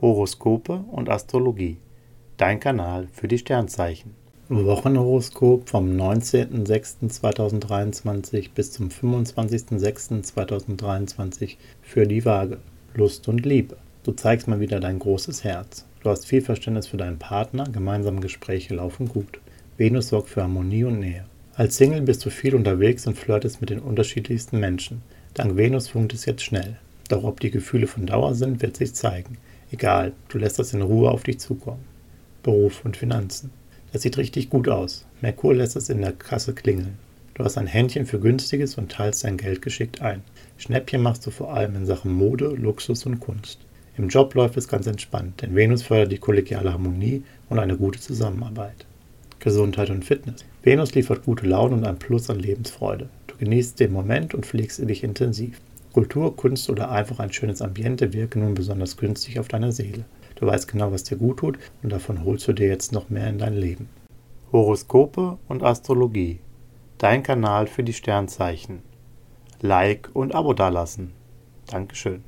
Horoskope und Astrologie. Dein Kanal für die Sternzeichen. Wochenhoroskop vom 19.06.2023 bis zum 25.06.2023 für die Waage. Lust und Liebe. Du zeigst mal wieder dein großes Herz. Du hast viel Verständnis für deinen Partner, gemeinsame Gespräche laufen gut. Venus sorgt für Harmonie und Nähe. Als Single bist du viel unterwegs und flirtest mit den unterschiedlichsten Menschen. Dank Venus funkt es jetzt schnell. Doch ob die Gefühle von Dauer sind, wird sich zeigen. Egal, du lässt das in Ruhe auf dich zukommen. Beruf und Finanzen. Das sieht richtig gut aus. Merkur lässt es in der Kasse klingeln. Du hast ein Händchen für Günstiges und teilst dein Geld geschickt ein. Schnäppchen machst du vor allem in Sachen Mode, Luxus und Kunst. Im Job läuft es ganz entspannt, denn Venus fördert die kollegiale Harmonie und eine gute Zusammenarbeit. Gesundheit und Fitness. Venus liefert gute Laune und ein Plus an Lebensfreude. Du genießt den Moment und pflegst dich intensiv. Kultur, Kunst oder einfach ein schönes Ambiente wirken nun besonders günstig auf deine Seele. Du weißt genau, was dir gut tut und davon holst du dir jetzt noch mehr in dein Leben. Horoskope und Astrologie. Dein Kanal für die Sternzeichen. Like und Abo dalassen. Dankeschön.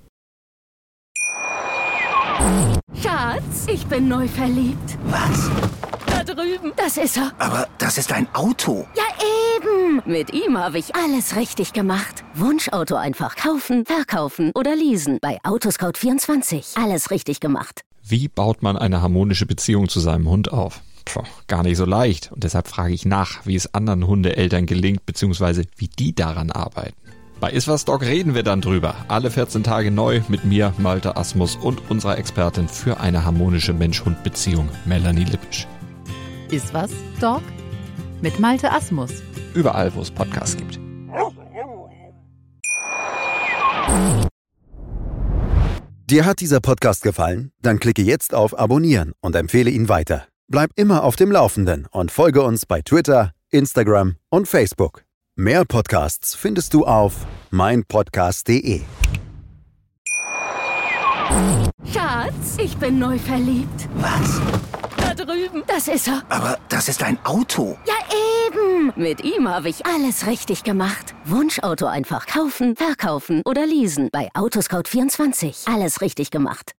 Schatz, ich bin neu verliebt. Was? Da drüben. Das ist er. Aber das ist ein Auto. Ja, eben. Mit ihm habe ich alles richtig gemacht. Wunschauto einfach kaufen, verkaufen oder leasen. Bei Autoscout24. Alles richtig gemacht. Wie baut man eine harmonische Beziehung zu seinem Hund auf? Gar nicht so leicht. Und deshalb frage ich nach, wie es anderen Hundeeltern gelingt, beziehungsweise wie die daran arbeiten. Bei Iswas Dog reden wir dann drüber. Alle 14 Tage neu mit mir, Malte Asmus und unserer Expertin für eine harmonische Mensch-Hund-Beziehung, Melanie Lippisch. Iswas Dog mit Malte Asmus. Überall, wo es Podcasts gibt. Dir hat dieser Podcast gefallen? Dann klicke jetzt auf Abonnieren und empfehle ihn weiter. Bleib immer auf dem Laufenden und folge uns bei Twitter, Instagram und Facebook. Mehr Podcasts findest du auf meinpodcast.de. Schatz, ich bin neu verliebt. Was? Da drüben. Das ist er. Aber das ist ein Auto. Ja, eben. Mit ihm habe ich alles richtig gemacht. Wunschauto einfach kaufen, verkaufen oder leasen. Bei Autoscout24. Alles richtig gemacht.